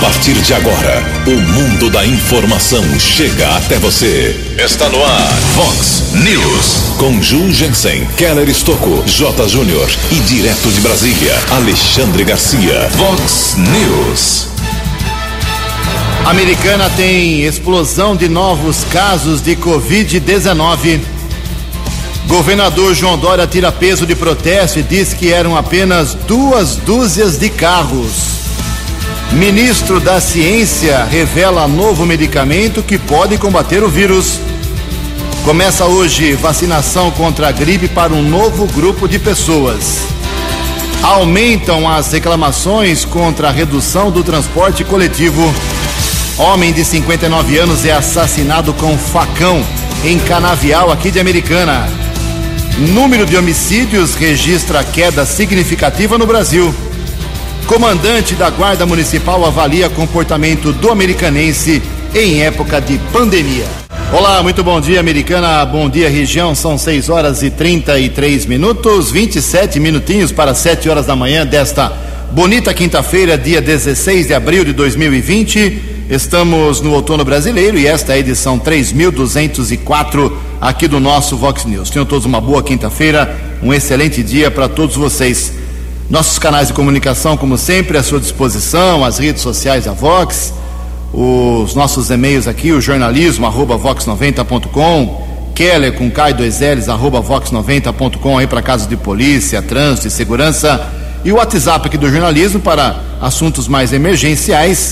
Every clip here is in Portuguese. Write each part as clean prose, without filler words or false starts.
partir de agora, o mundo da informação chega até você. Está no ar, Vox News. Com Ju Jensen, Keller Estocco, J. Júnior e direto de Brasília, Alexandre Garcia. Vox News. Americana tem explosão de novos casos de Covid-19. Governador João Dória tira peso de protesto e diz que eram apenas 2 dúzias de carros. Ministro da Ciência revela novo medicamento que pode combater o vírus. Começa hoje vacinação contra a gripe para um novo grupo de pessoas. Aumentam as reclamações contra a redução do transporte coletivo. Homem de 59 anos é assassinado com facão em Canavial, aqui de Americana. Número de homicídios registra queda significativa no Brasil. Comandante da Guarda Municipal avalia comportamento do americanense em época de pandemia. Olá, muito bom dia, Americana, bom dia, região. São 6 horas e 33 minutos, 27 minutinhos para 7 horas da manhã desta bonita quinta-feira, dia 16 de abril de 2020. Estamos no outono brasileiro e esta é a edição 3.204 aqui do nosso Vox News. Tenham todos uma boa quinta-feira, um excelente dia para todos vocês. Nossos canais de comunicação, como sempre, à sua disposição, as redes sociais da Vox, os nossos e-mails aqui, o jornalismo@vox90.com, Keller com K2Ls @vox90.com aí para casos de polícia, trânsito e segurança, e o WhatsApp aqui do jornalismo para assuntos mais emergenciais,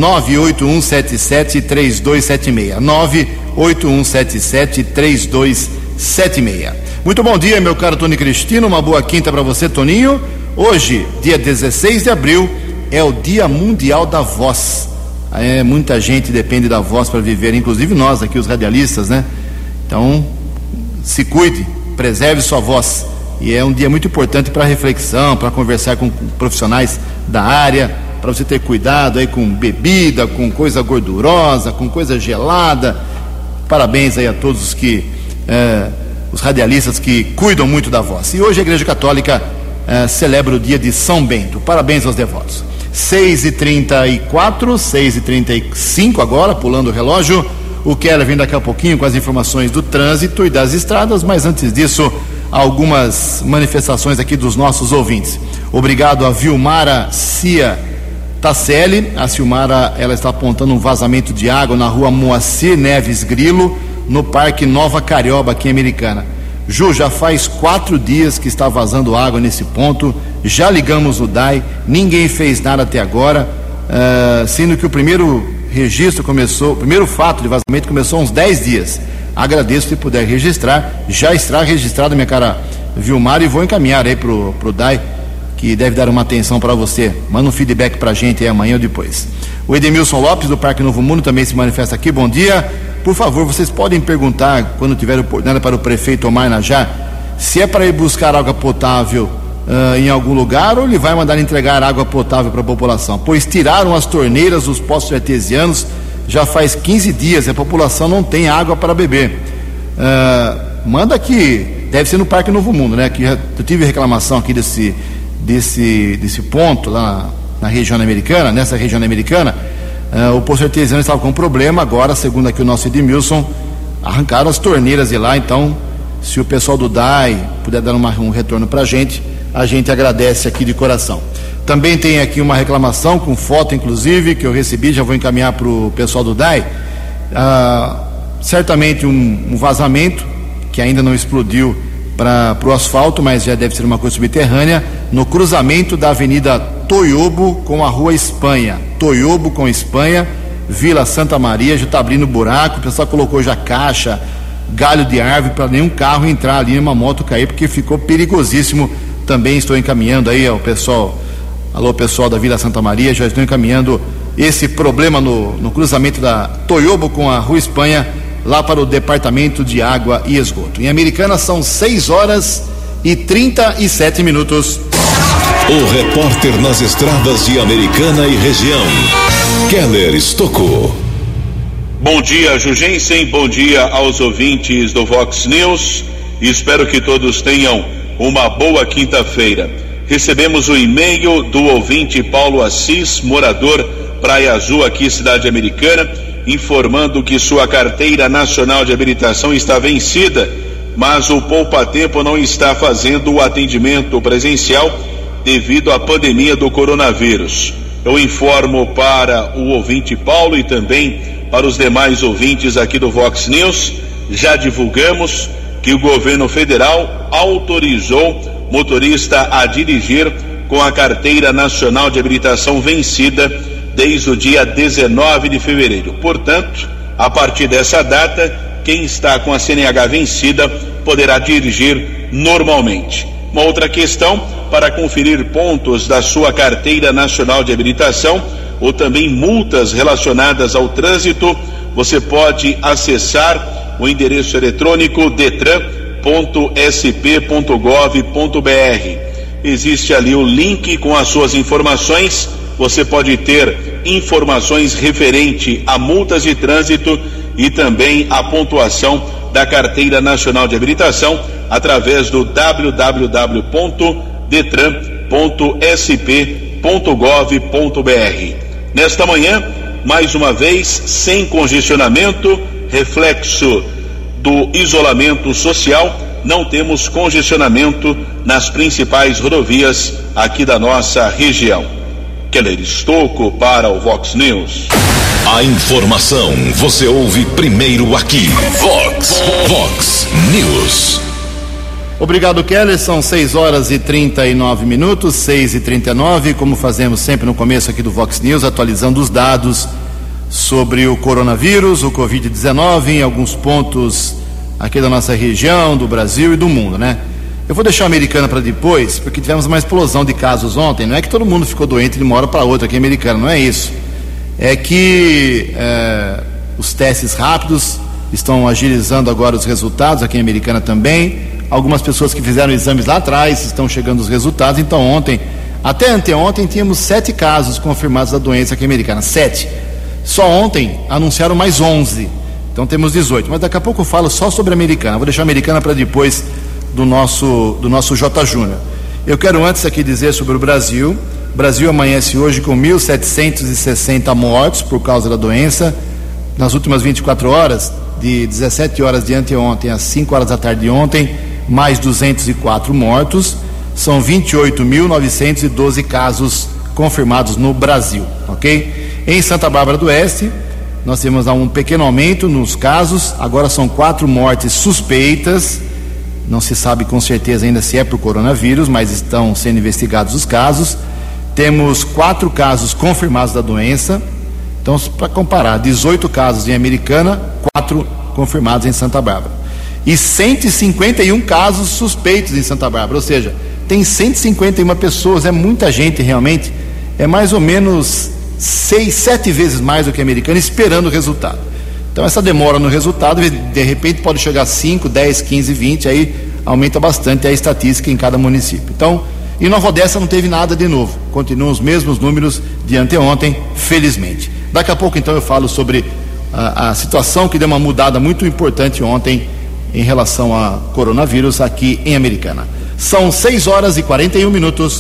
981773276, 981773276. Muito bom dia, meu caro Tony Cristino, uma boa quinta para você, Toninho. Hoje, dia 16 de abril, é o Dia Mundial da Voz. Muita gente depende da voz para viver, inclusive nós aqui, os radialistas, né? Então, se cuide, preserve sua voz. E é um dia muito importante para reflexão, para conversar com profissionais da área, para você ter cuidado aí com bebida, com coisa gordurosa, com coisa gelada. Parabéns aí a todos os radialistas que cuidam muito da voz. E hoje a Igreja Católica celebra o dia de São Bento. Parabéns aos devotos. 6h34, 6h35 agora, pulando o relógio. O Keller vem daqui a pouquinho com as informações do trânsito e das estradas, mas antes disso, algumas manifestações aqui dos nossos ouvintes. Obrigado a Vilmara Cia Tasselli. A Silmara, ela está apontando um vazamento de água na rua Moacir Neves Grilo, no Parque Nova Carioba, aqui em Americana. Ju, já faz 4 dias que está vazando água nesse ponto, já ligamos no DAI, ninguém fez nada até agora, sendo que o primeiro fato de vazamento começou há uns 10 dias. Agradeço se puder registrar, já está registrado, minha cara Vilmar, e vou encaminhar aí pro DAI, que deve dar uma atenção para você. Manda um feedback pra gente aí amanhã ou depois. O Edemilson Lopes, do Parque Novo Mundo, também se manifesta aqui. Bom dia. Por favor, vocês podem perguntar, quando tiver oportunidade, para o prefeito Omar Najá, se é para ir buscar água potável em algum lugar, ou ele vai mandar entregar água potável para a população, pois tiraram as torneiras dos poços artesianos já faz 15 dias, a população não tem água para beber. Manda aqui, deve ser no Parque Novo Mundo, né? Que eu tive reclamação aqui desse ponto lá na região americana, nessa região americana. O poço artesiano estava com problema, agora, segundo aqui o nosso Edmilson, arrancaram as torneiras de lá. Então, se o pessoal do DAI puder dar um retorno para a gente agradece aqui de coração. Também tem aqui uma reclamação, com foto inclusive, que eu recebi, já vou encaminhar para o pessoal do DAI. Certamente um vazamento, que ainda não explodiu para o asfalto, mas já deve ser uma coisa subterrânea, no cruzamento da Avenida Toiobo com a Rua Espanha. Toiobo com Espanha, Vila Santa Maria, já está abrindo buraco, o pessoal colocou já caixa, galho de árvore para nenhum carro entrar ali, uma moto cair, porque ficou perigosíssimo. Também estou encaminhando aí ao pessoal, alô pessoal da Vila Santa Maria, já estou encaminhando esse problema no cruzamento da Toiobo com a Rua Espanha, lá para o Departamento de Água e Esgoto. Em Americana são 6 horas e 37 minutos. O repórter nas estradas de Americana e região, Keller Estocco. Bom dia, Jugensen, bom dia aos ouvintes do Vox News. Espero que todos tenham uma boa quinta-feira. recebemos o e-mail do ouvinte Paulo Assis, morador Praia Azul, aqui Cidade Americana, informando que sua carteira nacional de habilitação está vencida, mas o poupa-tempo não está fazendo o atendimento presencial devido à pandemia do coronavírus. Eu informo para o ouvinte Paulo e também para os demais ouvintes aqui do Vox News, já divulgamos que o governo federal autorizou motorista a dirigir com a carteira nacional de habilitação vencida desde o dia 19 de fevereiro. Portanto, a partir dessa data, quem está com a CNH vencida poderá dirigir normalmente. Uma outra questão, para conferir pontos da sua carteira nacional de habilitação ou também multas relacionadas ao trânsito, você pode acessar o endereço eletrônico detran.sp.gov.br. Existe ali o link com as suas informações. Você pode ter informações referente a multas de trânsito e também a pontuação da carteira nacional de habilitação através do www.detran.sp.gov.br. Nesta manhã, mais uma vez, sem congestionamento, reflexo do isolamento social, não temos congestionamento nas principais rodovias aqui da nossa região. Keller Estocco para o Vox News. A informação você ouve primeiro aqui. Vox News. Obrigado, Keller. São 6:39, 6:39, como fazemos sempre no começo aqui do Vox News, atualizando os dados sobre o coronavírus, o Covid-19, em alguns pontos aqui da nossa região, do Brasil e do mundo, né? Eu vou deixar a Americana para depois, porque tivemos uma explosão de casos ontem. Não é que todo mundo ficou doente de uma hora para outra aqui em Americana, não é isso. É que os testes rápidos estão agilizando agora os resultados aqui em Americana também. Algumas pessoas que fizeram exames lá atrás estão chegando os resultados. Então ontem, até anteontem, tínhamos 7 casos confirmados da doença aqui em Americana. 7. Só ontem anunciaram mais 11. Então temos 18. Mas daqui a pouco eu falo só sobre a Americana. Vou deixar a Americana para depois do nosso J. Júnior. Eu quero antes aqui dizer sobre o Brasil. O Brasil amanhece hoje com 1.760 mortos por causa da doença. Nas últimas 24 horas, de 17 horas de anteontem às 5 horas da tarde de ontem, mais 204 mortos. São 28.912 casos confirmados no Brasil, ok? Em Santa Bárbara do Oeste, nós temos um pequeno aumento nos casos. Agora são 4 mortes suspeitas. Não se sabe com certeza ainda se é por coronavírus, mas estão sendo investigados os casos. Temos 4 casos confirmados da doença. Então, para comparar, 18 casos em Americana, 4 confirmados em Santa Bárbara. E 151 casos suspeitos em Santa Bárbara, ou seja, tem 151 pessoas, é muita gente realmente. É mais ou menos 6, 7 vezes mais do que a Americana esperando o resultado. Então essa demora no resultado, de repente pode chegar a 5, 10, 15, 20, aí aumenta bastante a estatística em cada município. Então, em Nova Odessa não teve nada de novo, continuam os mesmos números de anteontem, felizmente. Daqui a pouco então eu falo sobre a situação que deu uma mudada muito importante ontem em relação a coronavírus aqui em Americana. São 6:41.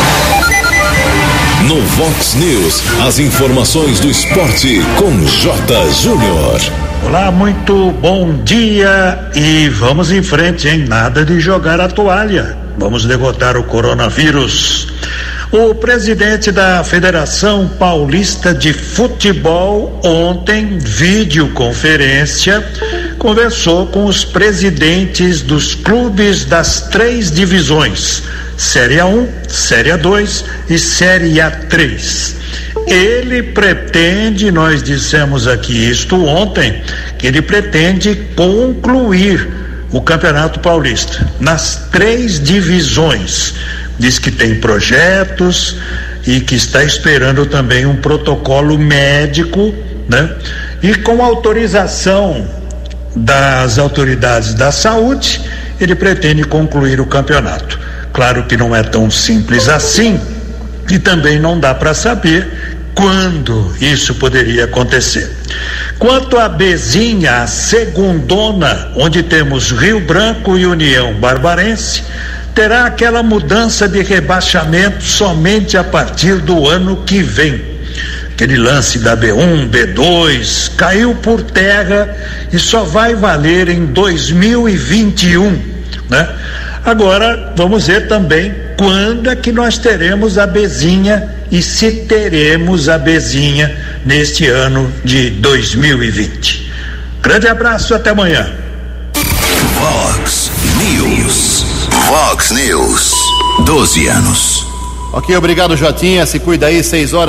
No Vox News, as informações do esporte com J. Júnior. Olá, muito bom dia e vamos em frente, hein? Nada de jogar a toalha. Vamos derrotar o coronavírus. O presidente da Federação Paulista de Futebol, ontem, videoconferência, conversou com os presidentes dos clubes das 3 divisões, Série A1, Série A2 e Série A3. Ele pretende, nós dissemos aqui isto ontem, que ele pretende concluir o Campeonato Paulista nas 3 divisões. Diz que tem projetos e que está esperando também um protocolo médico, né? E com autorização das autoridades da saúde, ele pretende concluir o campeonato. Claro que não é tão simples assim e também não dá para saber quando isso poderia acontecer. Quanto à Bezinha, a segundona, onde temos Rio Branco e União Barbarense, terá aquela mudança de rebaixamento somente a partir do ano que vem. Aquele lance da B1, B2 caiu por terra e só vai valer em 2021, né? Agora vamos ver também quando é que nós teremos a Bzinha e se teremos a Bzinha neste ano de 2020. Grande abraço, até amanhã. Vox News. Vox News. 12 anos. Ok, obrigado, Jotinha. Se cuida aí,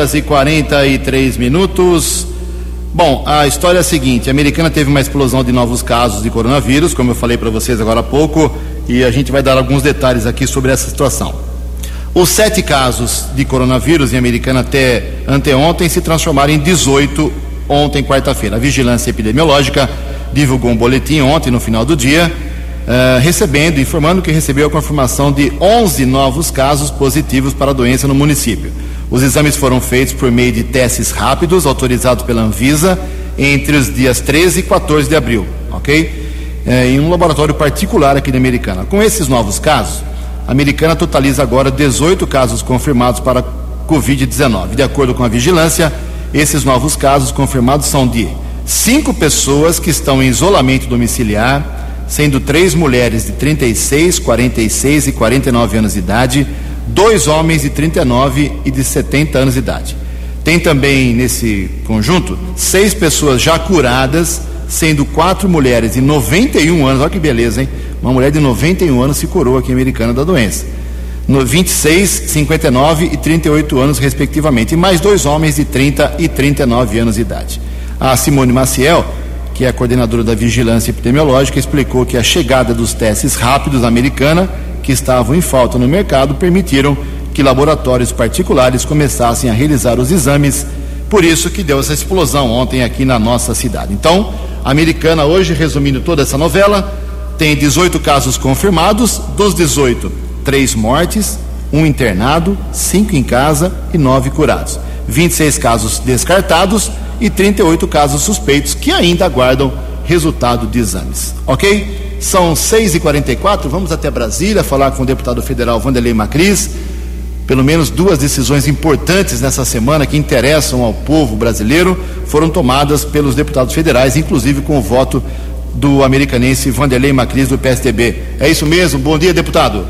6h43. Bom, a história é a seguinte: a Americana teve uma explosão de novos casos de coronavírus, como eu falei para vocês agora há pouco, e a gente vai dar alguns detalhes aqui sobre essa situação. Os 7 casos de coronavírus em Americana até anteontem se transformaram em 18 ontem, quarta-feira. A Vigilância Epidemiológica divulgou um boletim ontem, no final do dia, informando que recebeu a confirmação de 11 novos casos positivos para a doença no município. Os exames foram feitos por meio de testes rápidos autorizados pela Anvisa entre os dias 13 e 14 de abril, ok? Em um laboratório particular aqui da Americana. Com esses novos casos, a Americana totaliza agora 18 casos confirmados para Covid-19. De acordo com a vigilância, esses novos casos confirmados são de 5 pessoas que estão em isolamento domiciliar, sendo 3 mulheres de 36, 46 e 49 anos de idade, 2 homens de 39 e de 70 anos de idade. Tem também nesse conjunto 6 pessoas já curadas, sendo 4 mulheres de 91 anos, olha que beleza, hein? Uma mulher de 91 anos se curou aqui em Americana da doença. 26, 59 e 38 anos, respectivamente. E mais 2 homens de 30 e 39 anos de idade. A Simone Maciel, que é a coordenadora da Vigilância Epidemiológica, explicou que a chegada dos testes rápidos Americana, que estavam em falta no mercado, permitiram que laboratórios particulares começassem a realizar os exames. Por isso que deu essa explosão ontem aqui na nossa cidade. Então, a Americana hoje, resumindo toda essa novela, tem 18 casos confirmados. Dos 18, 3 mortes, 1 internado, 5 em casa e 9 curados. 26 casos descartados e 38 casos suspeitos que ainda aguardam resultado de exames. Ok? São 6h44, vamos até Brasília falar com o deputado federal Wanderley Macris. Pelo menos 2 decisões importantes nessa semana que interessam ao povo brasileiro foram tomadas pelos deputados federais, inclusive com o voto do americanense Wanderley Macris, do PSDB. É isso mesmo? Bom dia, deputado.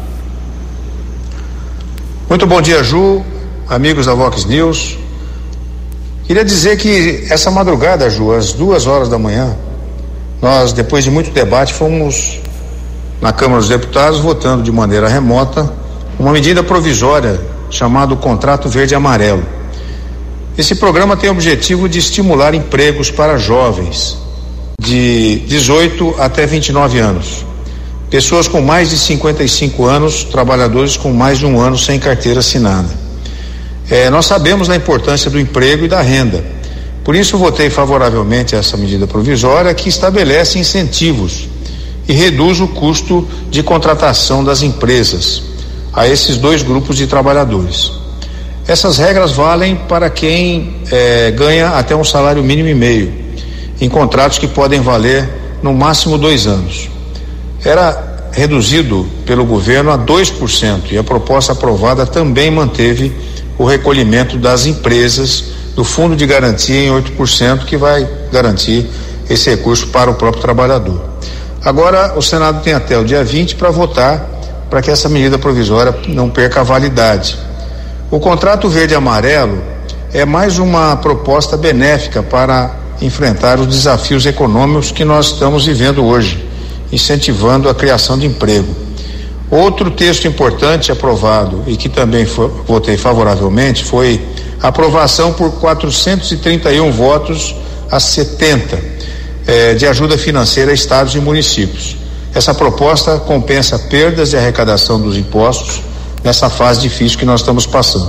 Muito bom dia, Ju, amigos da Vox News. Queria dizer que essa madrugada, Ju, às 2 horas da manhã, nós, depois de muito debate, fomos na Câmara dos Deputados votando de maneira remota uma medida provisória chamada Contrato Verde e Amarelo. Esse programa tem o objetivo de estimular empregos para jovens de 18 até 29 anos, pessoas com mais de 55 anos, trabalhadores com mais de 1 ano sem carteira assinada. Nós sabemos da importância do emprego e da renda. Por isso votei favoravelmente a essa medida provisória que estabelece incentivos e reduz o custo de contratação das empresas a esses 2 grupos de trabalhadores. Essas regras valem para quem ganha até um salário mínimo e meio, em contratos que podem valer no máximo 2 anos. Era reduzido pelo governo a 2% e a proposta aprovada também manteve o recolhimento das empresas do fundo de garantia em 8%, que vai garantir esse recurso para o próprio trabalhador. Agora o Senado tem até o dia 20 para votar para que essa medida provisória não perca a validade. O contrato verde e amarelo é mais uma proposta benéfica para enfrentar os desafios econômicos que nós estamos vivendo hoje, incentivando a criação de emprego. Outro texto importante aprovado e que também votei favoravelmente foi a aprovação por 431 votos a 70 de ajuda financeira a estados e municípios. Essa proposta compensa perdas de arrecadação dos impostos nessa fase difícil que nós estamos passando.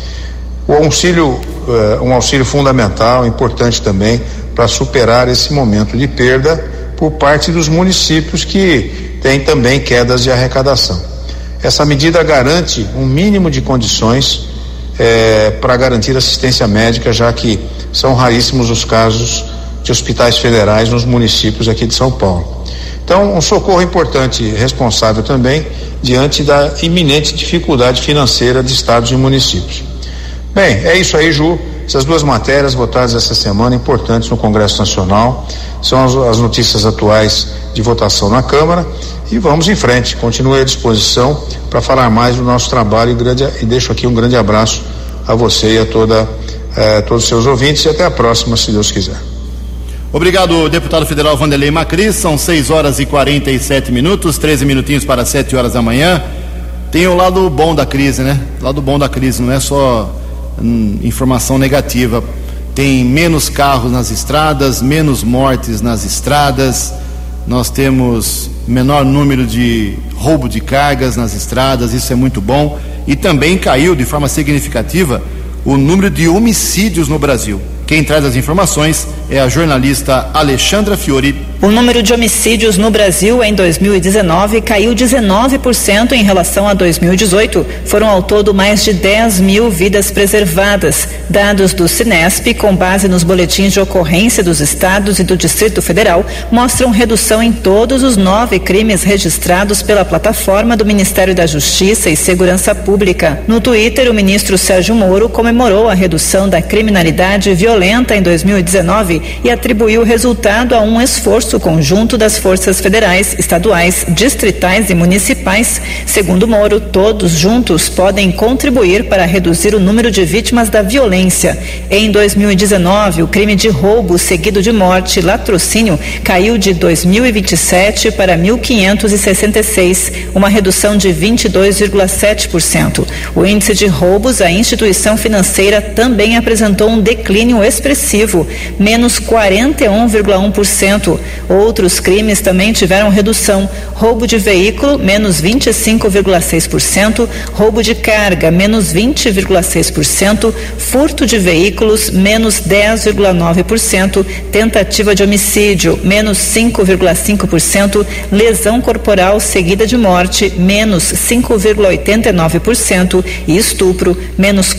O auxílio, um auxílio fundamental, importante também, para superar esse momento de perda por parte dos municípios que têm também quedas de arrecadação. Essa medida garante um mínimo de condições para garantir assistência médica, já que são raríssimos os casos de hospitais federais nos municípios aqui de São Paulo. Então, um socorro importante e responsável também diante da iminente dificuldade financeira de estados e municípios. Bem, é isso aí, Ju. Essas duas matérias votadas essa semana, importantes no Congresso Nacional, são as notícias atuais de votação na Câmara, e vamos em frente. Continue à disposição para falar mais do nosso trabalho e deixo aqui um grande abraço a você e a todos os seus ouvintes, e até a próxima, se Deus quiser. Obrigado, deputado federal Vanderlei Macris. São 6h47, 13 minutinhos para 7 horas da manhã. Tem o lado bom da crise, né? O lado bom da crise não é só informação negativa. Tem menos carros nas estradas, menos mortes nas estradas. Nós temos menor número de roubo de cargas nas estradas, isso é muito bom. E também caiu de forma significativa o número de homicídios no Brasil. Quem traz as informações é a jornalista Alexandra Fiori. O número de homicídios no Brasil em 2019 caiu 19% em relação a 2018. Foram ao todo mais de 10 mil vidas preservadas. Dados do Cinesp, com base nos boletins de ocorrência dos estados e do Distrito Federal, mostram redução em todos os 9 crimes registrados pela plataforma do Ministério da Justiça e Segurança Pública. No Twitter, o ministro Sérgio Moro comemorou a redução da criminalidade violenta em 2019 e atribuiu o resultado a um esforço conjunto das forças federais, estaduais, distritais e municipais. Segundo Moro, todos juntos podem contribuir para reduzir o número de vítimas da violência. Em 2019, o crime de roubo seguido de morte e latrocínio caiu de 2.027 para 1.566, uma redução de 22,7%. O índice de roubos à instituição financeira também apresentou um declínio expressivo, menos 41,1%. Outros crimes também tiveram redução: roubo de veículo, menos 25,6%, roubo de carga, menos 20,6%, furto de veículos, menos 10,9%, tentativa de homicídio, menos 5,5%, lesão corporal seguida de morte, menos 5,89% e estupro, menos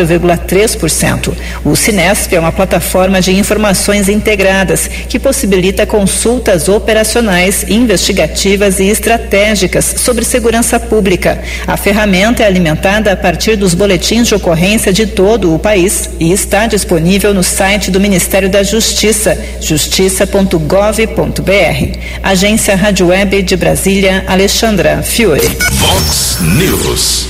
4,3%. O Cinesp é uma plataforma de informações integradas que possibilita consultas operacionais, investigativas e estratégicas sobre segurança pública. A ferramenta é alimentada a partir dos boletins de ocorrência de todo o país e está disponível no site do Ministério da Justiça, justiça.gov.br. Agência Rádio Web de Brasília, Alexandra Fiori. Vox News.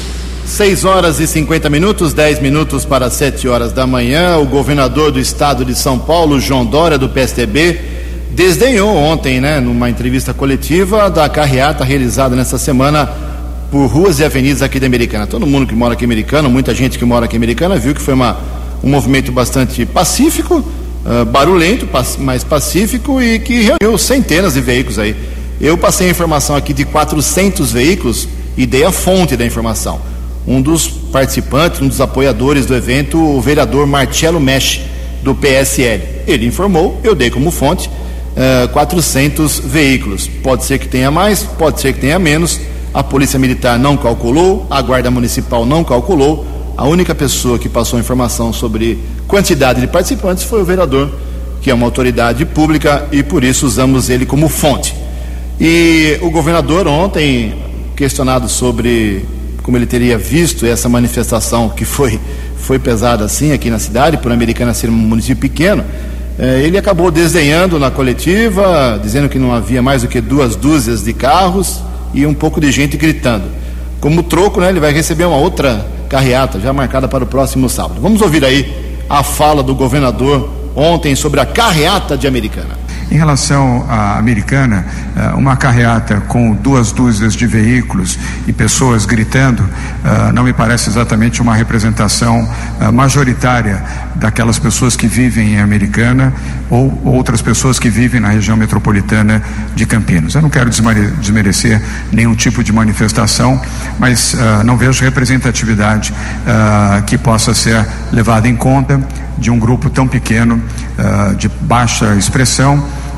6h50, 10 minutos para 7 horas da manhã. O governador do estado de São Paulo, João Dória, do PSDB, desdenhou ontem, numa entrevista coletiva, da carreata realizada nessa semana por ruas e avenidas aqui da Americana. Todo mundo que mora aqui em Americana, muita gente que mora aqui em Americana, viu que foi um movimento bastante pacífico, barulhento, mas pacífico, e que reuniu centenas de veículos aí. Eu passei a informação aqui de 400 veículos e dei a fonte da informação. Um dos participantes, um dos apoiadores do evento, o vereador Marcelo Mesch, do PSL. Ele informou, eu dei como fonte, 400 veículos. Pode ser que tenha mais, pode ser que tenha menos. A Polícia Militar não calculou, a Guarda Municipal não calculou. A única pessoa que passou informação sobre quantidade de participantes foi o vereador, que é uma autoridade pública, e por isso usamos ele como fonte. E o governador ontem, questionado sobre como ele teria visto essa manifestação que foi pesada assim aqui na cidade, por Americana ser um município pequeno, ele acabou desdenhando na coletiva, dizendo que não havia mais do que 2 dúzias de carros e um pouco de gente gritando. Como troco, ele vai receber uma outra carreata já marcada para o próximo sábado. Vamos ouvir aí a fala do governador ontem sobre a carreata de Americana. Em relação à Americana, uma carreata com 2 dúzias de veículos e pessoas gritando, não me parece exatamente uma representação majoritária daquelas pessoas que vivem em Americana ou outras pessoas que vivem na região metropolitana de Campinas. Eu não quero desmerecer nenhum tipo de manifestação, mas não vejo representatividade que possa ser levada em conta de um grupo tão pequeno, de baixa expressão,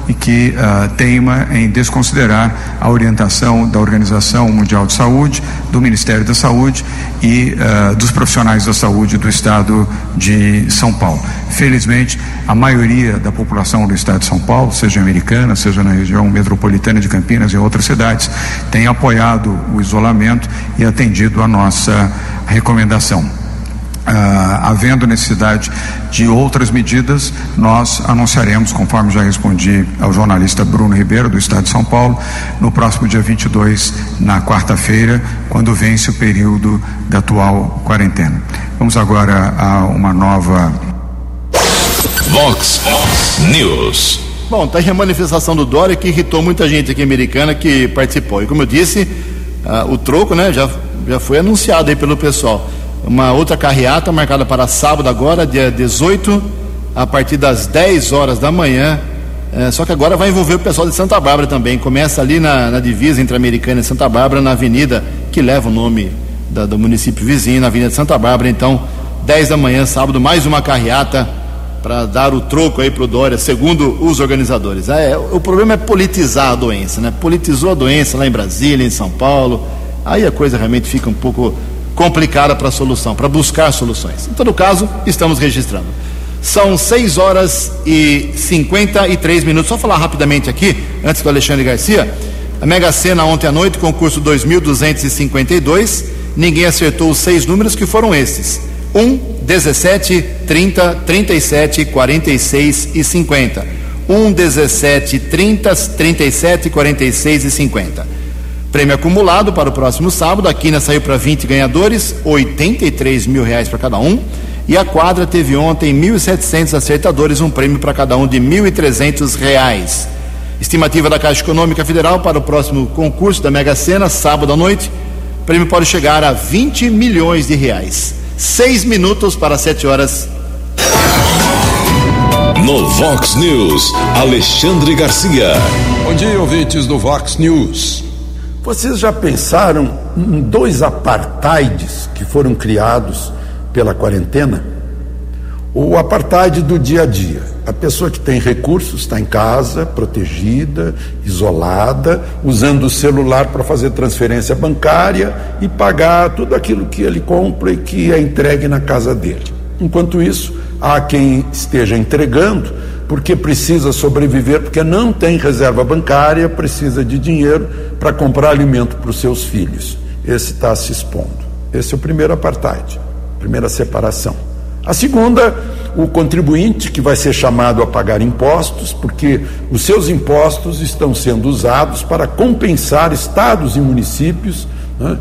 e que teima em desconsiderar a orientação da Organização Mundial de Saúde, do Ministério da Saúde e dos profissionais da saúde do estado de São Paulo. Felizmente, a maioria da população do estado de São Paulo, seja Americana, seja na região metropolitana de Campinas e outras cidades, tem apoiado o isolamento e atendido a nossa recomendação. Havendo necessidade de outras medidas, nós anunciaremos, conforme já respondi ao jornalista Bruno Ribeiro, do estado de São Paulo, no próximo dia 22, na quarta-feira, quando vence o período da atual quarentena. Vamos agora a uma nova Vox News. Bom, tá aí a manifestação do Dória que irritou muita gente aqui americana que participou. E como eu disse, o troco, né, já foi anunciado aí pelo pessoal. Uma outra carreata marcada para sábado agora, dia 18, a partir das 10 horas da manhã. Só que agora vai envolver o pessoal de Santa Bárbara também. Começa ali na divisa entre Americana e Santa Bárbara, na avenida que leva o nome do município vizinho, na avenida de Santa Bárbara. Então, 10 da manhã, sábado, mais uma carreata para dar o troco aí pro Dória, segundo os organizadores. O problema é politizar a doença, né? Politizou a doença lá em Brasília, em São Paulo. Aí a coisa realmente fica um pouco complicada para buscar soluções. Em todo caso, estamos registrando. São 6 horas e 53 minutos. Só falar rapidamente aqui, antes do Alexandre Garcia. A Mega Sena ontem à noite, concurso 2.252. Ninguém acertou os 6 números, que foram esses: 1, 17, 30, 37, 46 e 50. 1, 17, 30, 37, 46 e 50. Prêmio acumulado para o próximo sábado. A quina saiu para 20 ganhadores, R$83 mil para cada um. E a quadra teve ontem 1.700 acertadores, um prêmio para cada um de R$1.300. Estimativa da Caixa Econômica Federal para o próximo concurso da Mega Sena, sábado à noite. O prêmio pode chegar a R$20 milhões. 6 minutos para 7 horas. No Vox News, Alexandre Garcia. Bom dia, ouvintes do Vox News. Vocês já pensaram em 2 apartheids que foram criados pela quarentena? O apartheid do dia a dia. A pessoa que tem recursos está em casa, protegida, isolada, usando o celular para fazer transferência bancária e pagar tudo aquilo que ele compra e que é entregue na casa dele. Enquanto isso, há quem esteja entregando porque precisa sobreviver, porque não tem reserva bancária, precisa de dinheiro para comprar alimento para os seus filhos. Esse está se expondo. Esse é o primeiro apartheid, primeira separação. A segunda, o contribuinte que vai ser chamado a pagar impostos, porque os seus impostos estão sendo usados para compensar estados e municípios, né,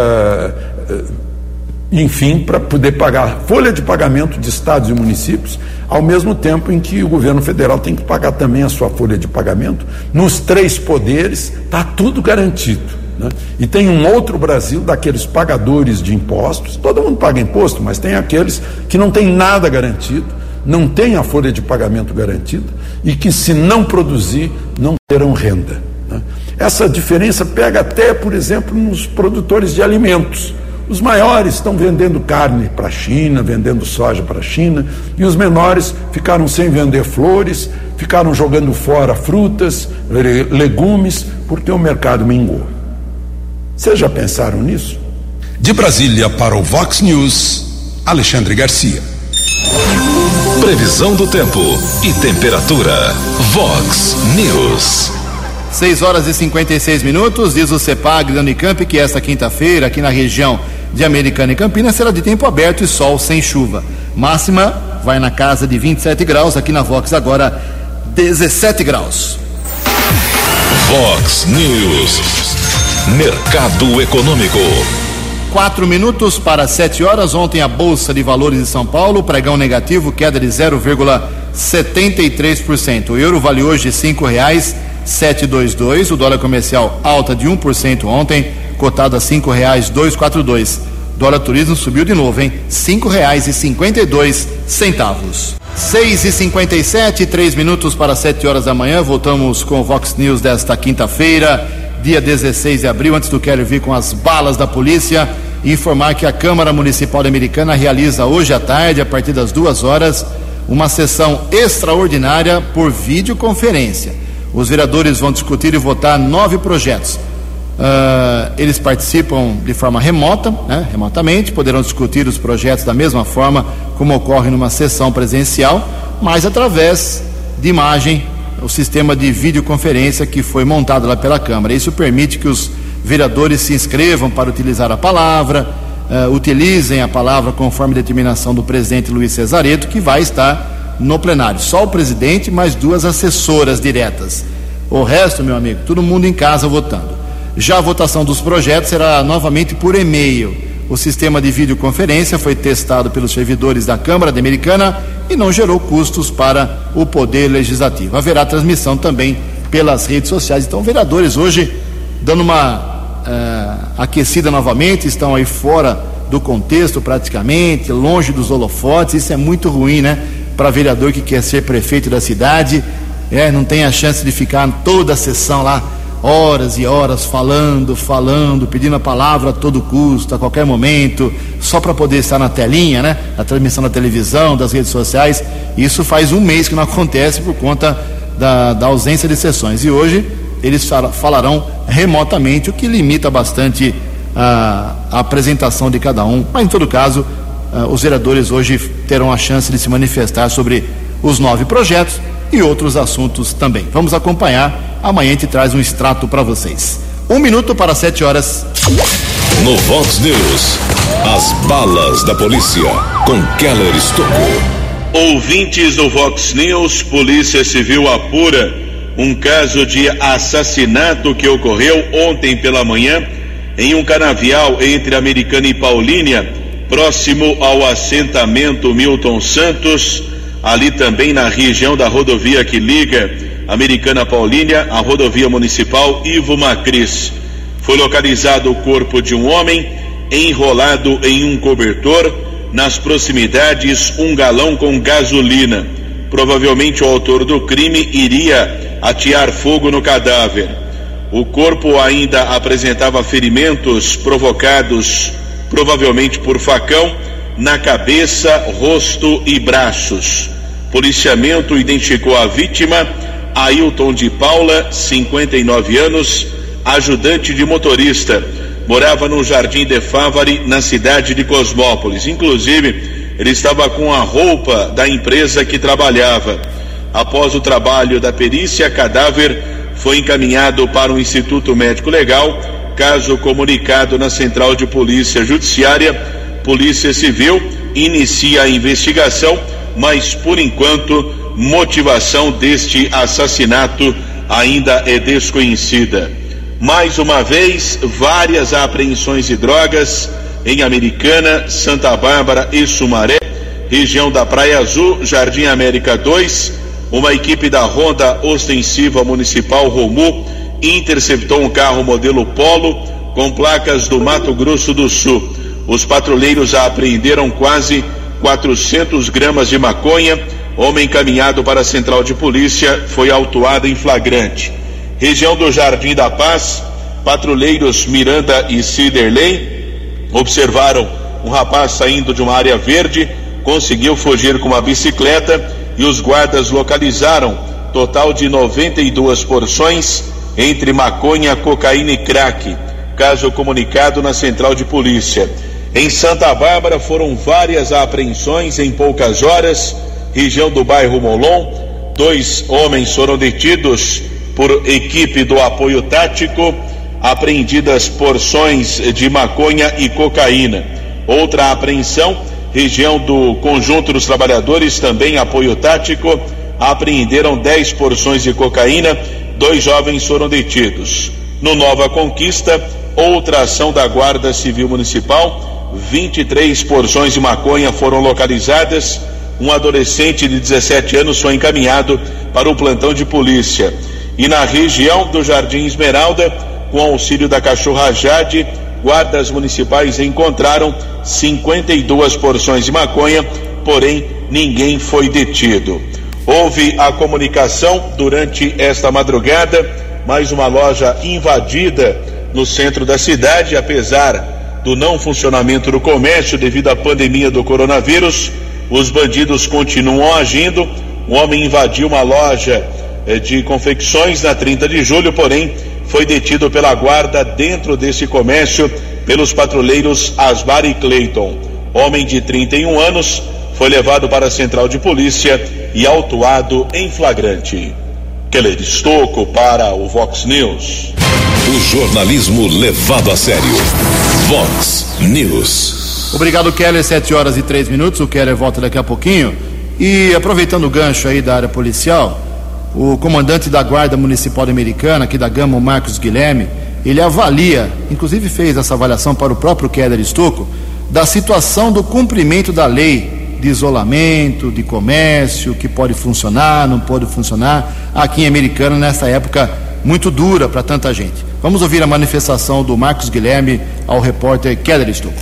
enfim, para poder pagar folha de pagamento de estados e municípios, ao mesmo tempo em que o governo federal tem que pagar também a sua folha de pagamento. Nos 3 poderes está tudo garantido, né? E tem um outro Brasil daqueles pagadores de impostos. Todo mundo paga imposto, mas tem aqueles que não tem nada garantido, não tem a folha de pagamento garantida e que, se não produzir, não terão renda, né? Essa diferença pega até, por exemplo, nos produtores de alimentos. Os maiores estão vendendo carne para a China, vendendo soja para a China, e os menores ficaram sem vender flores, ficaram jogando fora frutas, legumes, porque o mercado mingou. Vocês já pensaram nisso? De Brasília para o Vox News, Alexandre Garcia. Previsão do tempo e temperatura. Vox News. 6 horas e 56 minutos, diz o CEPAG da Unicamp que esta quinta-feira, aqui na região de Americana e Campinas, será de tempo aberto e sol sem chuva. Máxima vai na casa de 27 graus, aqui na Vox agora 17 graus. Vox News, mercado econômico. 4 minutos para 7 horas. Ontem a Bolsa de Valores de São Paulo, pregão negativo, queda de 0,73%. O euro vale hoje R$5,722. O dólar comercial alta de 1% ontem, cotado a R$5,242. Dólar turismo subiu de novo, hein? R$5,52. 6h57, 3 minutos para 7 horas da manhã. Voltamos com o Vox News desta quinta-feira, dia 16 de abril. Antes do Quero vir com as balas da polícia, informar que a Câmara Municipal de Americana realiza hoje à tarde, a partir das 2 horas, uma sessão extraordinária por videoconferência. Os vereadores vão discutir e votar 9 projetos. Eles participam de forma remota, remotamente, poderão discutir os projetos da mesma forma como ocorre numa sessão presencial, mas através de imagem, o sistema de videoconferência que foi montado lá pela Câmara. Isso permite que os vereadores se inscrevam para utilizar a palavra, utilizem a palavra conforme determinação do presidente Luiz Cesareto, que vai estar no plenário. Só o presidente, mais 2 assessoras diretas. O resto, meu amigo, todo mundo em casa votando. Já a votação dos projetos será novamente por e-mail. O sistema de videoconferência foi testado pelos servidores da Câmara Americana e não gerou custos para o Poder Legislativo. Haverá transmissão também pelas redes sociais. Então, vereadores hoje dando uma aquecida novamente, estão aí fora do contexto praticamente, longe dos holofotes. Isso é muito ruim, né? Para vereador que quer ser prefeito da cidade, não tem a chance de ficar toda a sessão lá, horas e horas falando, pedindo a palavra a todo custo, a qualquer momento, só para poder estar na telinha, né? A transmissão da televisão, das redes sociais. Isso faz um mês que não acontece por conta da ausência de sessões. E hoje eles falarão remotamente, o que limita bastante a apresentação de cada um. Mas, em todo caso, os vereadores hoje terão a chance de se manifestar sobre os 9 projetos e outros assuntos também. Vamos acompanhar. Amanhã a gente traz um extrato para vocês. 1 minuto para 7 horas. No Vox News, as balas da polícia com Keller Estocco. Ouvintes do Vox News, Polícia Civil apura um caso de assassinato que ocorreu ontem pela manhã em um canavial entre Americana e Paulínia, próximo ao assentamento Milton Santos, ali também na região da rodovia que liga Americana Paulínia à rodovia municipal Ivo Macris. Foi localizado o corpo de um homem enrolado em um cobertor, nas proximidades um galão com gasolina. Provavelmente o autor do crime iria atear fogo no cadáver. O corpo ainda apresentava ferimentos provocados provavelmente por facão na cabeça, rosto e braços. Policiamento identificou a vítima, Ailton de Paula, 59 anos, ajudante de motorista. Morava no Jardim de Fávaro, na cidade de Cosmópolis. Inclusive, ele estava com a roupa da empresa que trabalhava. Após o trabalho da perícia, cadáver foi encaminhado para o Instituto Médico Legal. Caso comunicado na Central de Polícia Judiciária, Polícia Civil inicia a investigação, mas por enquanto motivação deste assassinato ainda é desconhecida. Mais uma vez, várias apreensões de drogas em Americana, Santa Bárbara e Sumaré, região da Praia Azul, Jardim América 2. Uma equipe da Ronda Ostensiva Municipal Romu interceptou um carro modelo Polo com placas do Mato Grosso do Sul. Os patrulheiros apreenderam quase 400 gramas de maconha. Homem encaminhado para a Central de Polícia foi autuado em flagrante. Região do Jardim da Paz, patrulheiros Miranda e Ciderley observaram um rapaz saindo de uma área verde, conseguiu fugir com uma bicicleta e os guardas localizaram total de 92 porções entre maconha, cocaína e crack. Caso comunicado na Central de Polícia. Em Santa Bárbara foram várias apreensões em poucas horas. Região do bairro Molon, 2 homens foram detidos por equipe do apoio tático, apreendidas porções de maconha e cocaína. Outra apreensão, região do Conjunto dos Trabalhadores, também apoio tático, apreenderam 10 porções de cocaína, 2 jovens foram detidos. No Nova Conquista, outra ação da Guarda Civil Municipal, 23 porções de maconha foram localizadas. Um adolescente de 17 anos foi encaminhado para o plantão de polícia. E na região do Jardim Esmeralda, com auxílio da cachorra Jade, guardas municipais encontraram 52 porções de maconha, porém ninguém foi detido. Houve a comunicação durante esta madrugada, mais uma loja invadida no centro da cidade. Apesar do não funcionamento do comércio devido à pandemia do coronavírus, os bandidos continuam agindo. Um homem invadiu uma loja de confecções na 30 de julho, porém foi detido pela guarda dentro desse comércio pelos patrulheiros Asmar e Clayton. Homem de 31 anos foi levado para a central de polícia e autuado em flagrante. Keller Estocco para o Vox News. O jornalismo levado a sério. Vox News. Obrigado, Keller. 7h03. O Keller volta daqui a pouquinho. E aproveitando o gancho aí da área policial, o comandante da Guarda Municipal Americana, aqui da Gama, o Marcos Guilherme, ele avalia, inclusive fez essa avaliação para o próprio Keller Estocco, da situação do cumprimento da lei de isolamento, de comércio, que pode funcionar, não pode funcionar, aqui em Americana, nessa época muito dura para tanta gente. Vamos ouvir a manifestação do Marcos Guilherme ao repórter Keller Estocco.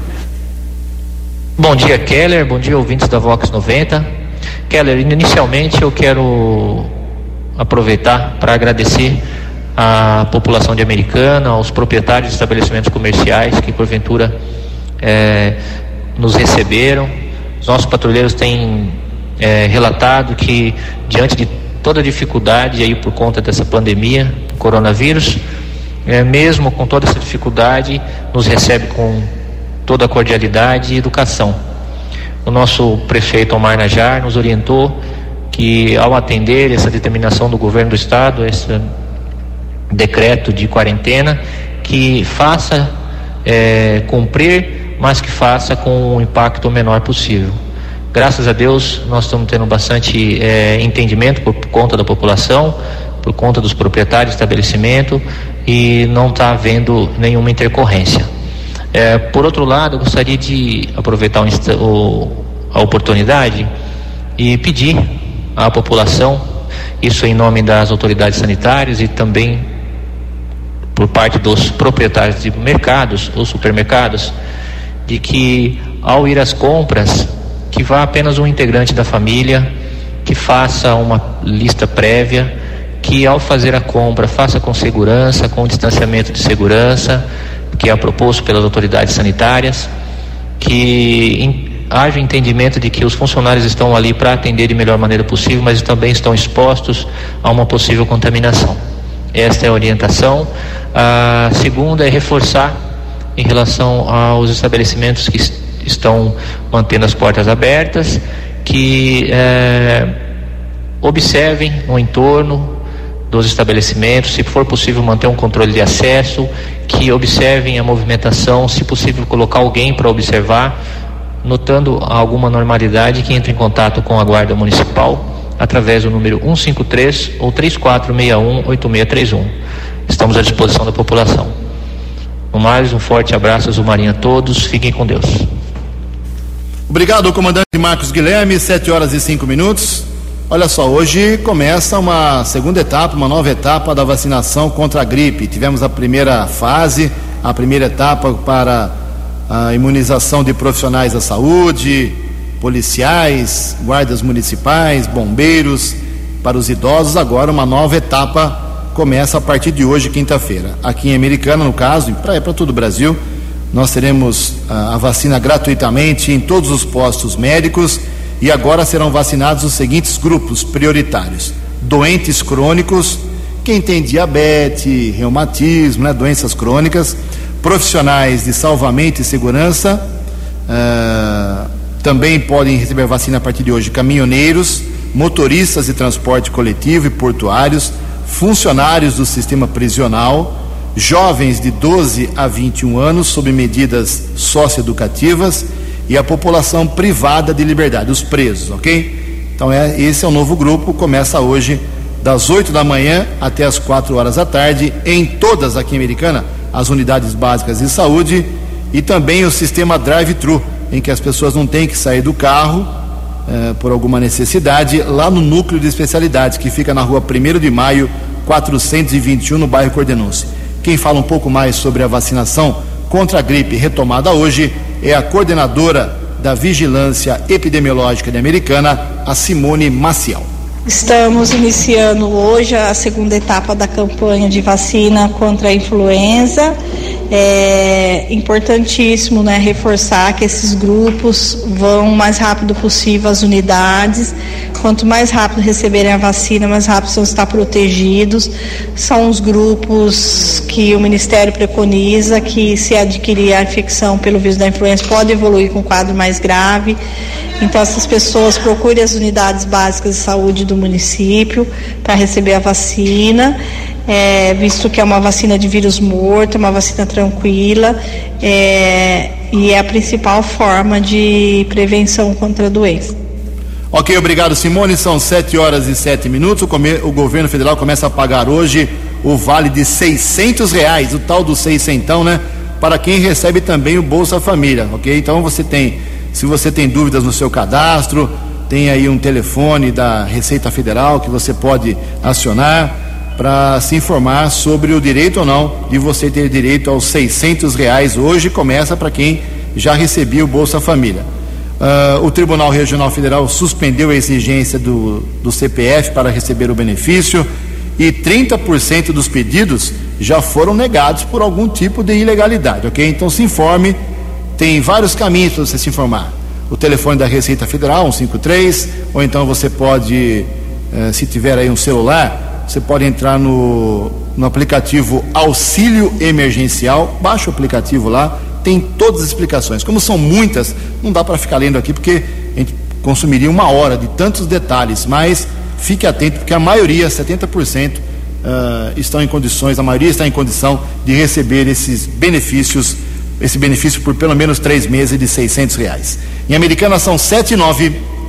Bom dia, Keller. Bom dia, ouvintes da Vox 90. Keller, inicialmente eu quero aproveitar para agradecer à população de Americana, aos proprietários de estabelecimentos comerciais que porventura nos receberam. Os nossos patrulheiros têm relatado que, diante de toda a dificuldade aí por conta dessa pandemia, do coronavírus, mesmo com toda essa dificuldade, nos recebe com toda a cordialidade e educação. O nosso prefeito Omar Najar nos orientou que, ao atender essa determinação do governo do estado, esse decreto de quarentena, que faça cumprir, mas que faça com o impacto menor possível. Graças a Deus, nós estamos tendo bastante entendimento por conta da população, por conta dos proprietários de estabelecimento, e não está havendo nenhuma intercorrência. Por outro lado, eu gostaria de aproveitar a oportunidade e pedir à população, isso em nome das autoridades sanitárias e também por parte dos proprietários de mercados ou supermercados, de que, ao ir às compras, que vá apenas um integrante da família, que faça uma lista prévia, que, ao fazer a compra, faça com segurança, com distanciamento de segurança, que é proposto pelas autoridades sanitárias, que haja entendimento de que os funcionários estão ali para atender de melhor maneira possível, mas também estão expostos a uma possível contaminação. Esta é a orientação. A segunda é reforçar em relação aos estabelecimentos que estão mantendo as portas abertas, que observem no entorno dos estabelecimentos, se for possível manter um controle de acesso, que observem a movimentação, se possível colocar alguém para observar, notando alguma normalidade, que entre em contato com a Guarda Municipal através do número 153 ou 3461-8631. Estamos à disposição da população. No mais, um forte abraço ao Marinho a todos, fiquem com Deus. Obrigado, comandante Marcos Guilherme. 7h05. Olha só, hoje começa uma segunda etapa, uma nova etapa da vacinação contra a gripe. Tivemos a primeira fase, a primeira etapa para a imunização de profissionais da saúde, policiais, guardas municipais, bombeiros, para os idosos. Agora uma nova etapa começa a partir de hoje, quinta-feira. Aqui em Americana, no caso, e para todo o Brasil, nós teremos a vacina gratuitamente em todos os postos médicos. E agora serão vacinados os seguintes grupos prioritários: doentes crônicos, quem tem diabetes, reumatismo, doenças crônicas, profissionais de salvamento e segurança, também podem receber vacina a partir de hoje caminhoneiros, motoristas de transporte coletivo e portuários, funcionários do sistema prisional, jovens de 12 a 21 anos sob medidas socioeducativas e a população privada de liberdade, os presos, ok? Então esse é o novo grupo, começa hoje das 8 da manhã até as 4 horas da tarde, em todas aqui em Americana, as unidades básicas de saúde e também o sistema drive-thru, em que as pessoas não têm que sair do carro por alguma necessidade, lá no núcleo de especialidades, que fica na rua 1º de Maio, 421, no bairro Cordenúncio. Quem fala um pouco mais sobre a vacinação contra a gripe retomada hoje é a coordenadora da Vigilância Epidemiológica de Americana, a Simone Maciel. Estamos iniciando hoje a segunda etapa da campanha de vacina contra a influenza. É importantíssimo, né, reforçar que esses grupos vão o mais rápido possível às unidades. Quanto mais rápido receberem a vacina, mais rápido vão estar protegidos. São os grupos que o Ministério preconiza que, se adquirir a infecção pelo vírus da influenza, pode evoluir com um quadro mais grave. Então, essas pessoas procurem as unidades básicas de saúde do município para receber a vacina, visto que é uma vacina de vírus morto, uma vacina tranquila, e é a principal forma de prevenção contra a doença. Ok, obrigado, Simone. São 7h07. O governo federal começa a pagar hoje o vale de R$600, o tal do seiscentão, né? Para quem recebe também o Bolsa Família, ok? Então se você tem dúvidas no seu cadastro, tem aí um telefone da Receita Federal que você pode acionar para se informar sobre o direito ou não de você ter direito aos R$600. Hoje começa para quem já recebia o Bolsa Família. O Tribunal Regional Federal suspendeu a exigência do CPF para receber o benefício e 30% dos pedidos já foram negados por algum tipo de ilegalidade, ok? Então se informe, tem vários caminhos para você se informar. O telefone da Receita Federal, 153, ou então você pode, se tiver aí um celular, você pode entrar no aplicativo Auxílio Emergencial, baixa o aplicativo lá, tem todas as explicações. Como são muitas, não dá para ficar lendo aqui porque a gente consumiria 1 hora de tantos detalhes, mas fique atento porque a maioria, 70%, estão em condições, a maioria está em condição de receber esse benefício por pelo menos 3 meses de R$600. Em Americana são 7h09.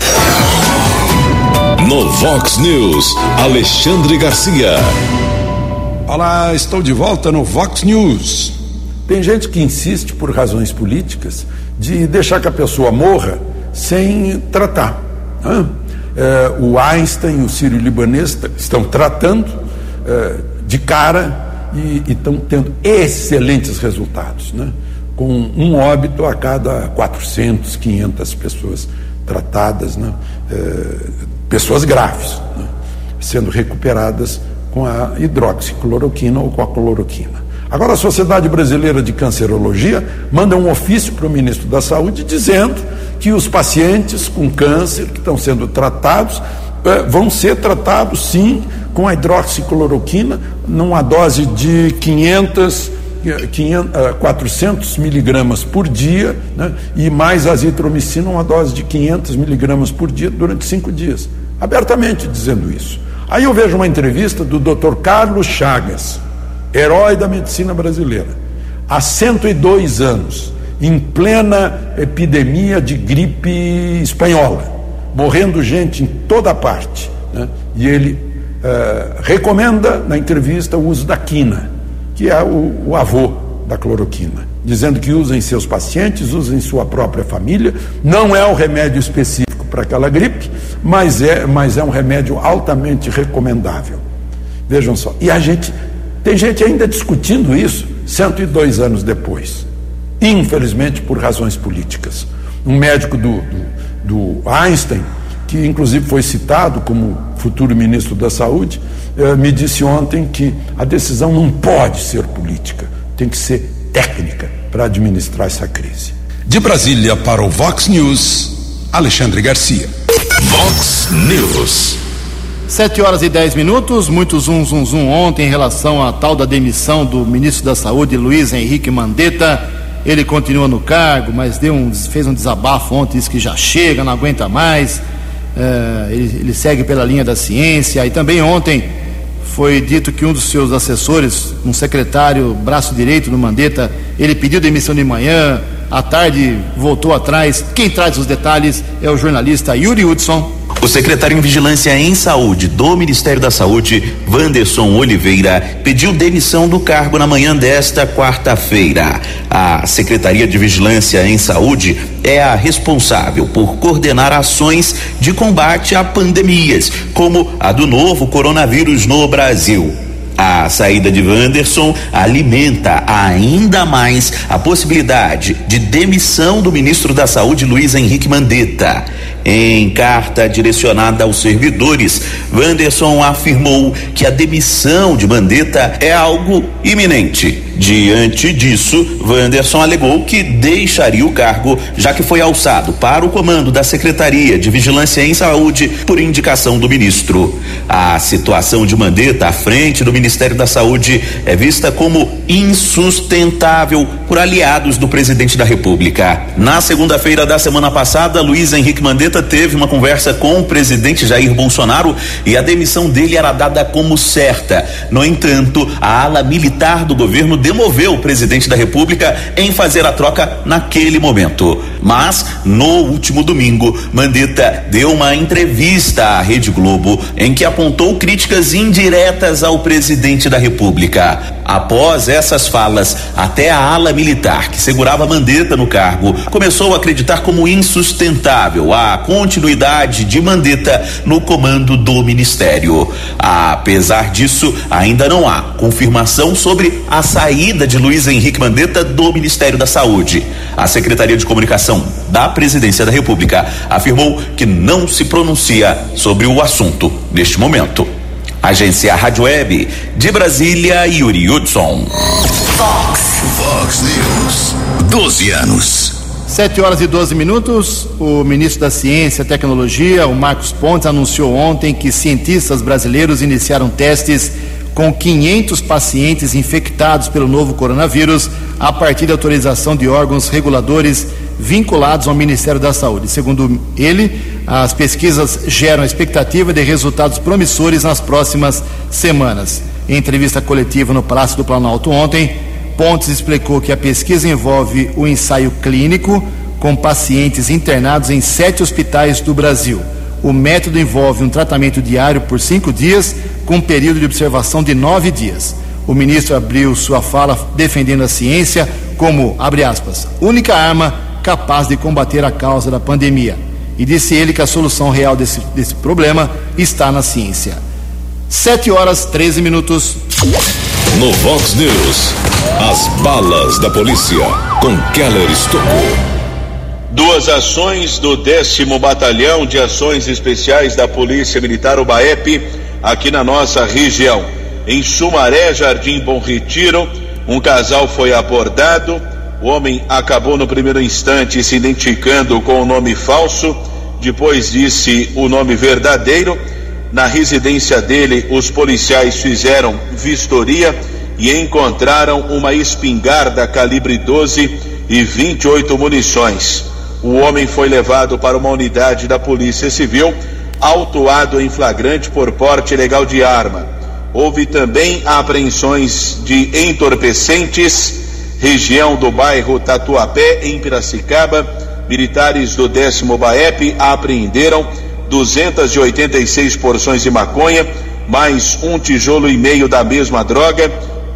No Vox News, Alexandre Garcia. Olá, estou de volta no Vox News. Tem gente que insiste, por razões políticas, de deixar que a pessoa morra sem tratar. O Einstein e o Sírio-Libanês estão tratando de cara e estão tendo excelentes resultados, né? Com um óbito a cada 400, 500 pessoas tratadas, né? Pessoas graves, né? Sendo recuperadas com a hidroxicloroquina ou com a cloroquina. Agora a Sociedade Brasileira de Cancerologia manda um ofício para o ministro da Saúde dizendo que os pacientes com câncer que estão sendo tratados vão ser tratados sim com a hidroxicloroquina numa dose de 400 miligramas por dia, né? E mais azitromicina, uma dose de 500 miligramas por dia durante 5 dias, abertamente dizendo isso. Aí eu vejo uma entrevista do Dr. Carlos Chagas, herói da medicina brasileira, há 102 anos, em plena epidemia de gripe espanhola, morrendo gente em toda parte, né? E ele recomenda na entrevista o uso da quina, que é o avô da cloroquina, dizendo que usem seus pacientes, usem sua própria família. Não é um remédio específico para aquela gripe, mas é um remédio altamente recomendável. Vejam só, e tem gente ainda discutindo isso 102 anos depois, infelizmente por razões políticas. Um médico do Einstein, que inclusive foi citado como futuro ministro da Saúde, me disse ontem que a decisão não pode ser política, tem que ser técnica para administrar essa crise. De Brasília para o Vox News, Alexandre Garcia. Vox News. 7h10, muito zum ontem em relação à tal da demissão do ministro da Saúde, Luiz Henrique Mandetta. Ele continua no cargo, mas fez um desabafo ontem, disse que já chega, não aguenta mais. Ele segue pela linha da ciência. E também ontem foi dito que um dos seus assessores, um secretário, braço direito do Mandetta, ele pediu demissão de manhã, à tarde voltou atrás. Quem traz os detalhes é o jornalista Yuri Hudson. O secretário em Vigilância em Saúde do Ministério da Saúde, Wanderson Oliveira, pediu demissão do cargo na manhã desta quarta-feira. A Secretaria de Vigilância em Saúde é a responsável por coordenar ações de combate a pandemias, como a do novo coronavírus no Brasil. A saída de Wanderson alimenta ainda mais a possibilidade de demissão do ministro da Saúde, Luiz Henrique Mandetta. Em carta direcionada aos servidores, Wanderson afirmou que a demissão de Mandetta é algo iminente. Diante disso, Wanderson alegou que deixaria o cargo, já que foi alçado para o comando da Secretaria de Vigilância em Saúde por indicação do ministro. A situação de Mandetta à frente do Ministério da Saúde é vista como insustentável por aliados do presidente da República. Na segunda-feira da semana passada, Luiz Henrique Mandetta teve uma conversa com o presidente Jair Bolsonaro e a demissão dele era dada como certa. No entanto, a ala militar do governo demoveu o presidente da República em fazer a troca naquele momento. Mas, no último domingo, Mandetta deu uma entrevista à Rede Globo em que apontou críticas indiretas ao presidente da República. Após essas falas, até a ala militar que segurava Mandetta no cargo começou a acreditar como insustentável a continuidade de Mandetta no comando do ministério. Apesar disso, ainda não há confirmação sobre a saída de Luiz Henrique Mandetta do Ministério da Saúde. A Secretaria de Comunicação da Presidência da República afirmou que não se pronuncia sobre o assunto neste momento. Agência Rádio Web de Brasília, Yuri Hudson. Vox News, 12 anos. 7h12. O ministro da Ciência e Tecnologia, o Marcos Pontes, anunciou ontem que cientistas brasileiros iniciaram testes com 500 pacientes infectados pelo novo coronavírus a partir da autorização de órgãos reguladores vinculados ao Ministério da Saúde. Segundo ele, as pesquisas geram a expectativa de resultados promissores nas próximas semanas. Em entrevista coletiva no Palácio do Planalto ontem, Pontes explicou que a pesquisa envolve o ensaio clínico com pacientes internados em 7 hospitais do Brasil. O método envolve um tratamento diário por 5 dias, com um período de observação de 9 dias. O ministro abriu sua fala defendendo a ciência como, abre aspas, única arma capaz de combater a causa da pandemia. E disse ele que a solução real desse problema está na ciência. 7h13. No Vox News, as balas da polícia com Keller Estocou. 2 ações do 10º Batalhão de Ações Especiais da Polícia Militar, o BAEP, aqui na nossa região. Em Sumaré, Jardim Bom Retiro, um casal foi abordado. O homem acabou no primeiro instante se identificando com o nome falso, depois disse o nome verdadeiro. Na residência dele, os policiais fizeram vistoria e encontraram uma espingarda calibre 12 e 28 munições. O homem foi levado para uma unidade da Polícia Civil, autuado em flagrante por porte ilegal de arma. Houve também apreensões de entorpecentes, região do bairro Tatuapé, em Piracicaba. Militares do 10º BAEP apreenderam 286 porções de maconha, mais 1,5 tijolo da mesma droga,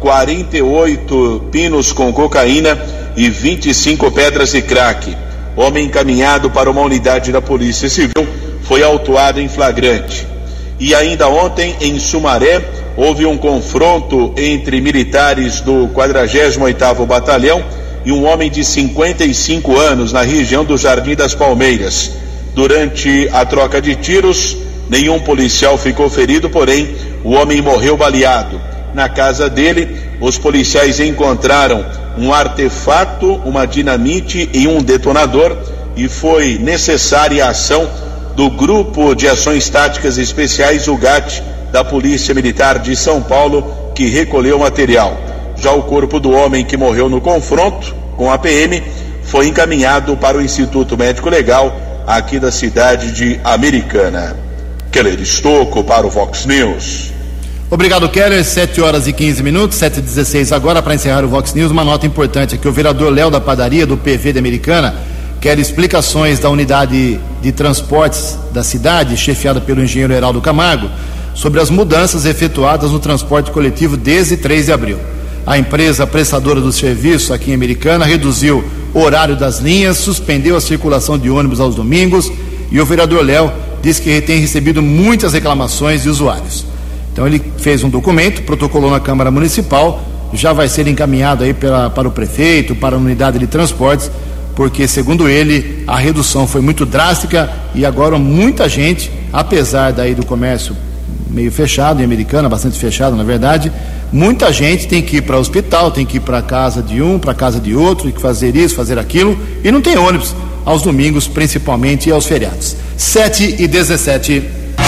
48 pinos com cocaína e 25 pedras de crack. Homem encaminhado para uma unidade da Polícia Civil foi autuado em flagrante. E ainda ontem, em Sumaré, houve um confronto entre militares do 48º Batalhão e um homem de 55 anos na região do Jardim das Palmeiras. Durante a troca de tiros, nenhum policial ficou ferido, porém o homem morreu baleado. Na casa dele, os policiais encontraram um artefato, uma dinamite e um detonador, e foi necessária a ação do Grupo de Ações Táticas Especiais, o GAT, da Polícia Militar de São Paulo, que recolheu o material. Já o corpo do homem que morreu no confronto com a PM foi encaminhado para o Instituto Médico Legal aqui da cidade de Americana. Keller Estocco para o Vox News. Obrigado, Keller. 7h15, 7h16 agora. Para encerrar o Vox News, uma nota importante aqui. O vereador Léo da Padaria, do PV de Americana, quer explicações da unidade de transportes da cidade, chefiada pelo engenheiro Heraldo Camargo, sobre as mudanças efetuadas no transporte coletivo desde 3 de abril. A empresa prestadora do serviço aqui em Americana reduziu o horário das linhas, suspendeu a circulação de ônibus aos domingos, e o vereador Léo disse que tem recebido muitas reclamações de usuários. Então ele fez um documento, protocolou na Câmara Municipal, já vai ser encaminhado aí para o prefeito, para a unidade de transportes, porque, segundo ele, a redução foi muito drástica e agora muita gente, apesar daí do comércio meio fechado em Americana, bastante fechado na verdade, muita gente tem que ir para o hospital, tem que ir para a casa de um, para a casa de outro, tem que fazer isso, fazer aquilo, e não tem ônibus aos domingos, principalmente, e aos feriados. 7h17.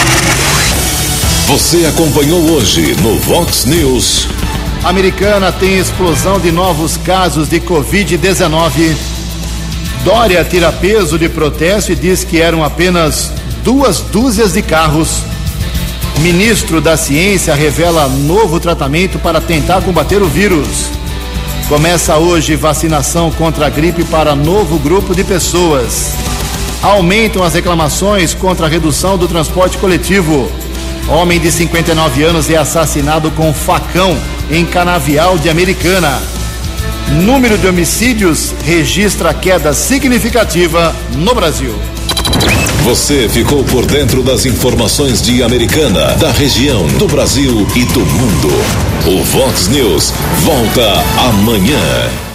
Você acompanhou hoje no Vox News. Americana tem explosão de novos casos de Covid-19. Dória tira peso de protesto e diz que eram apenas 2 dúzias de carros. Ministro da Ciência revela novo tratamento para tentar combater o vírus. Começa hoje vacinação contra a gripe para novo grupo de pessoas. Aumentam as reclamações contra a redução do transporte coletivo. Homem de 59 anos é assassinado com facão em Canavial de Americana. Número de homicídios registra queda significativa no Brasil. Você ficou por dentro das informações de Americana, da região, do Brasil e do mundo. O Vox News volta amanhã.